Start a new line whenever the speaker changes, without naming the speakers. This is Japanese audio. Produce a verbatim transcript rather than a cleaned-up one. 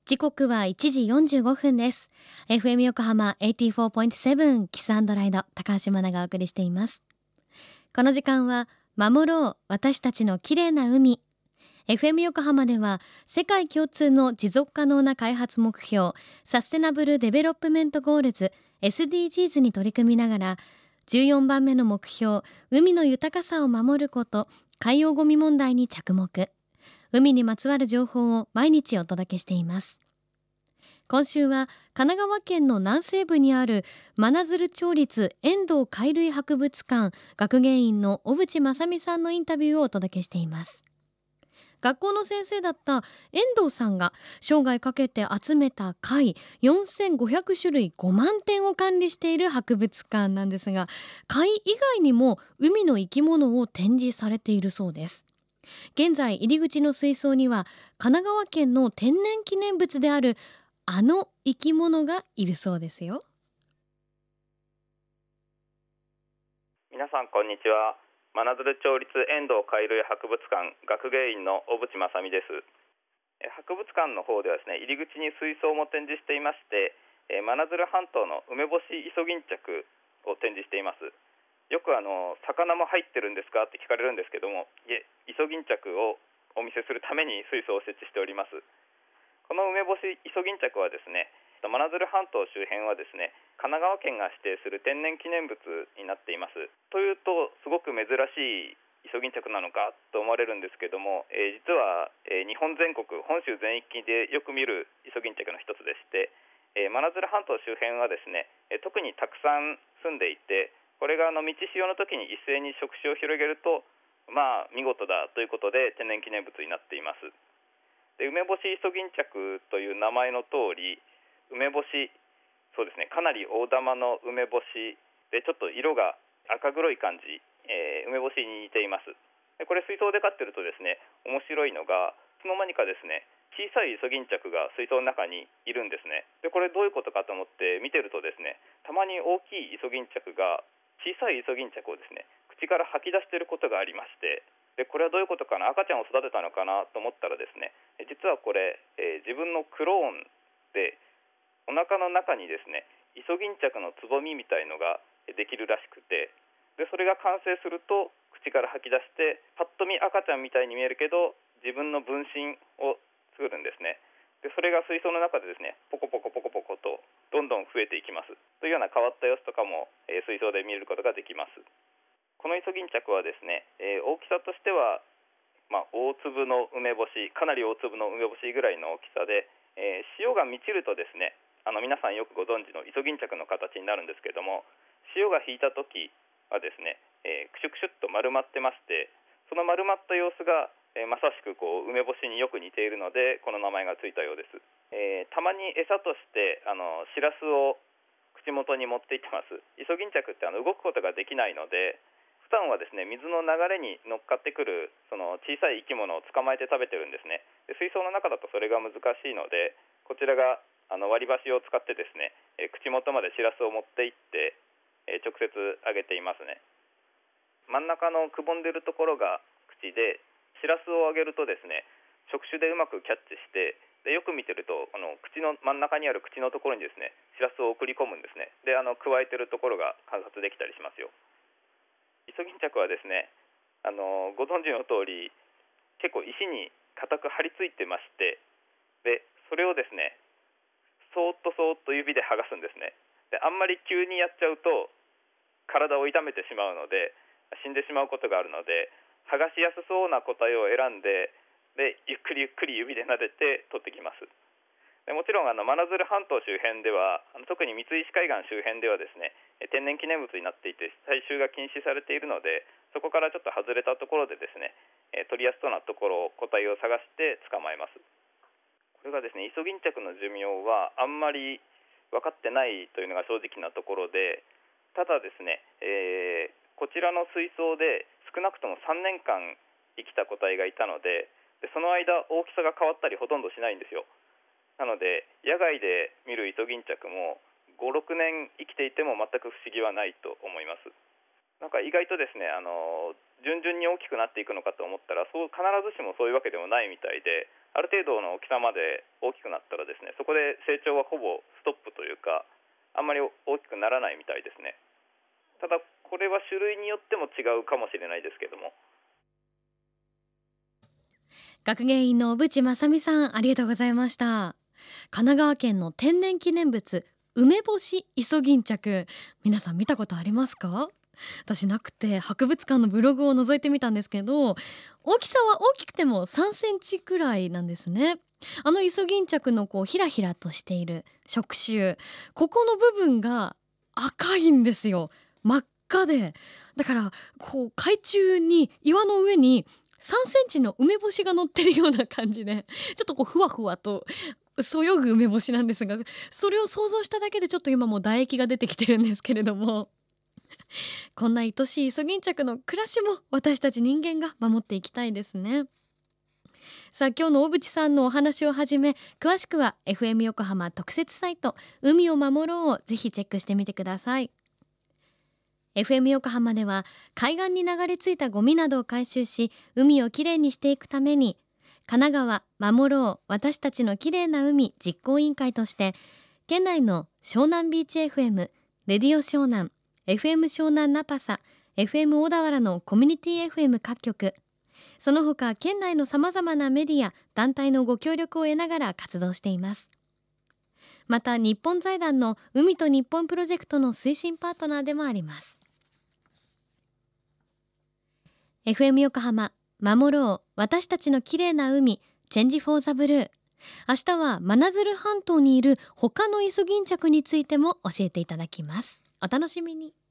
時刻はいちじよんじゅうごふんです。 エフエム 横浜 エイティフォーポイントセブン キスアンドライド、高橋真奈がお送りしています。この時間は守ろう私たちの綺麗な海。 エフエム 横浜では世界共通の持続可能な開発目標サステナブルデベロップメントゴールズ エスディージーズ に取り組みながら、じゅうよんばんめの目標海の豊かさを守ること、海洋ゴミ問題に着目。海にまつわる情報を毎日お届けしています。今週は神奈川県の南西部にある真鶴町立遠藤貝類博物館学芸員の小渕正美さんのインタビューをお届けしています。学校の先生だった遠藤さんが生涯かけて集めた貝よんせんごひゃくしゅるいごまんてんを管理している博物館なんですが、貝以外にも海の生き物を展示されているそうです。現在入り口の水槽には神奈川県の天然記念物であるあの生き物がいるそうですよ。
皆さんこんにちは。真鶴町立遠藤貝類博物館学芸員の小渕正美です。博物館の方ではですね、入り口に水槽も展示していまして、真鶴半島の梅干しイソギンチャクを展示しています。よくあの魚も入ってるんですかって聞かれるんですけども、いえ、イソギンチャクをお見せするために水槽を設置しております。この梅干しイソギンチャクはですね、真鶴半島周辺はですね、神奈川県が指定する天然記念物になっています。というとすごく珍しいイソギンチャクなのかと思われるんですけども、えー、実は、えー、日本全国本州全域でよく見るイソギンチャクの一つでして、えー、真鶴半島周辺はですね、えー、特にたくさん住んでいて、これがあの道潮の時に一斉に触手を広げると、まあ見事だということで天然記念物になっています。で、梅干しイソギンチャクという名前の通り、梅干し、そうですね、かなり大玉の梅干しで、ちょっと色が赤黒い感じ、えー、梅干しに似ています。でこれ水槽で飼ってるとですね、面白いのがいつの間にかですね、小さいイソギンチャクが水槽の中にいるんですね。でこれどういうことかと思って見てるとですね、たまに大きいイソギンチャクが小さいイソギンチャクをですね、口から吐き出していることがありまして、でこれはどういうことかな、赤ちゃんを育てたのかなと思ったらですね、実はこれ、えー、自分のクローンでお腹の中にですね、イソギンチャクのつぼみみたいのができるらしくて、でそれが完成すると口から吐き出して、パッと見赤ちゃんみたいに見えるけど自分の分身を作るんですね。でそれが水槽の中でですね、ポコポコポコポコとどんどん増えていきますというような変わった様子とかも、えー、水槽で見ることができます。このイソギンチャクはですね、えー、大きさとしては、まあ、大粒の梅干し、かなり大粒の梅干しぐらいの大きさで、えー、潮が満ちるとですね、あの皆さんよくご存知のイソギンチャクの形になるんですけども、潮が引いた時はですね、えー、クシュクシュっと丸まってまして、その丸まった様子が、えー、まさしくこう梅干しによく似ているので、この名前がついたようです。えー、たまに餌としてあのシラスを口元に持っていってます。イソギンチャクってあの動くことができないので、普段はですね、水の流れに乗っかってくるその小さい生き物を捕まえて食べてるんですね。で水槽の中だとそれが難しいので、こちらがあの割り箸を使ってですね、えー、口元までシラスを持っていって、えー、直接あげていますね。真ん中のくぼんでるところが口で、シラスをあげるとですね、触手でうまくキャッチして、でよく見てるとあの口の真ん中にある口のところにですね、シラスを送り込むんですね。であの加えてるところが観察できたりしますよ。イソギンチャクはですね、あのご存知の通り結構石に固く張り付いてまして、でそれをですね、そーっとそーっと指で剥がすんですね。であんまり急にやっちゃうと体を痛めてしまうので、死んでしまうことがあるので、剥がしやすそうな個体を選んで、でゆっくりゆっくり指で撫でて取ってきます。でもちろんあの真鶴半島周辺では、あの特に三石海岸周辺ではですね、天然記念物になっていて採集が禁止されているので、そこからちょっと外れたところでですね、取りやすそうなところ、個体を探して捕まえます。これがですね、イソギンチャクの寿命はあんまり分かってないというのが正直なところで、ただですね、えー、こちらの水槽で少なくともさんねんかん生きた個体がいたので、でその間大きさが変わったりほとんどしないんですよ。なので野外で見るイソギンチャクもご、ろくねん生きていても全く不思議はないと思います。なんか意外とですね、あの順々に大きくなっていくのかと思ったら、そう必ずしもそういうわけでもないみたいで、 ある程度の大きさまで大きくなったらですね、そこで成長はほぼストップというか、あんまり大きくならないみたいですね。ただこれは種類によっても違うかもしれないですけども。
学芸員の小渕正美さん、ありがとうございました。神奈川県の天然記念物梅干しイソギンチャク、皆さん見たことありますか？私なくて、博物館のブログを覗いてみたんですけど、大きさは大きくてもさんセンチくらいなんですね。あのイソギンチャクのこうひらひらとしている触手、ここの部分が赤いんですよ。真っ赤で、だからこう海中に岩の上にさんセンチの梅干しが乗ってるような感じで、ちょっとこうふわふわとそよぐ梅干しなんですが、それを想像しただけでちょっと今もう唾液が出てきてるんですけれども、こんな愛しいイソギンチャクの暮らしも私たち人間が守っていきたいですね。さあ、今日の小渕さんのお話をはじめ、詳しくは エフエム 横浜特設サイト海を守ろうをぜひチェックしてみてください。 エフエム 横浜では海岸に流れ着いたゴミなどを回収し、海をきれいにしていくために、神奈川守ろう私たちのきれいな海実行委員会として、県内の湘南ビーチ エフエム、 レディオ湘南、 エフエム 湘南ナパサ、 エフエム 小田原のコミュニティ エフエム 各局、その他県内のさまざまなメディア団体のご協力を得ながら活動しています。また日本財団の海と日本プロジェクトの推進パートナーでもあります。 エフエム 横浜守ろう私たちのきれいな海チェンジフォーザブルー、明日は真鶴半島にいる他のイソギンチャクについても教えていただきます。お楽しみに。